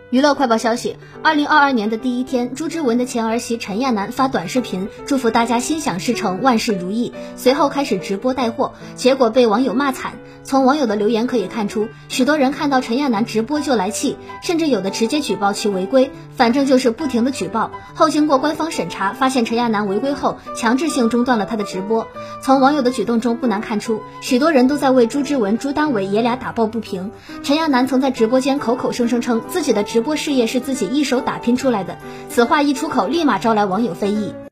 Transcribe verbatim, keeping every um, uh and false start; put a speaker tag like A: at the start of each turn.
A: 娱乐快报消息，二零二二年的第一天，朱之文的前儿媳陈亚楠发短视频祝福大家心想事成，万事如意，随后开始直播带货，结果被网友骂惨。从网友的留言可以看出，许多人看到陈亚楠直播就来气，甚至有的直接举报其违规，反正就是不停的举报。后经过官方审查，发现陈亚楠违规后，强制性中断了他的直播。从网友的举动中不难看出，许多人都在为朱之文、朱丹伟爷俩打抱不平。陈亚楠曾在直播间口口声声称自己的直播事业是自己一手打拼出来的，此话一出口，立马招来网友非议。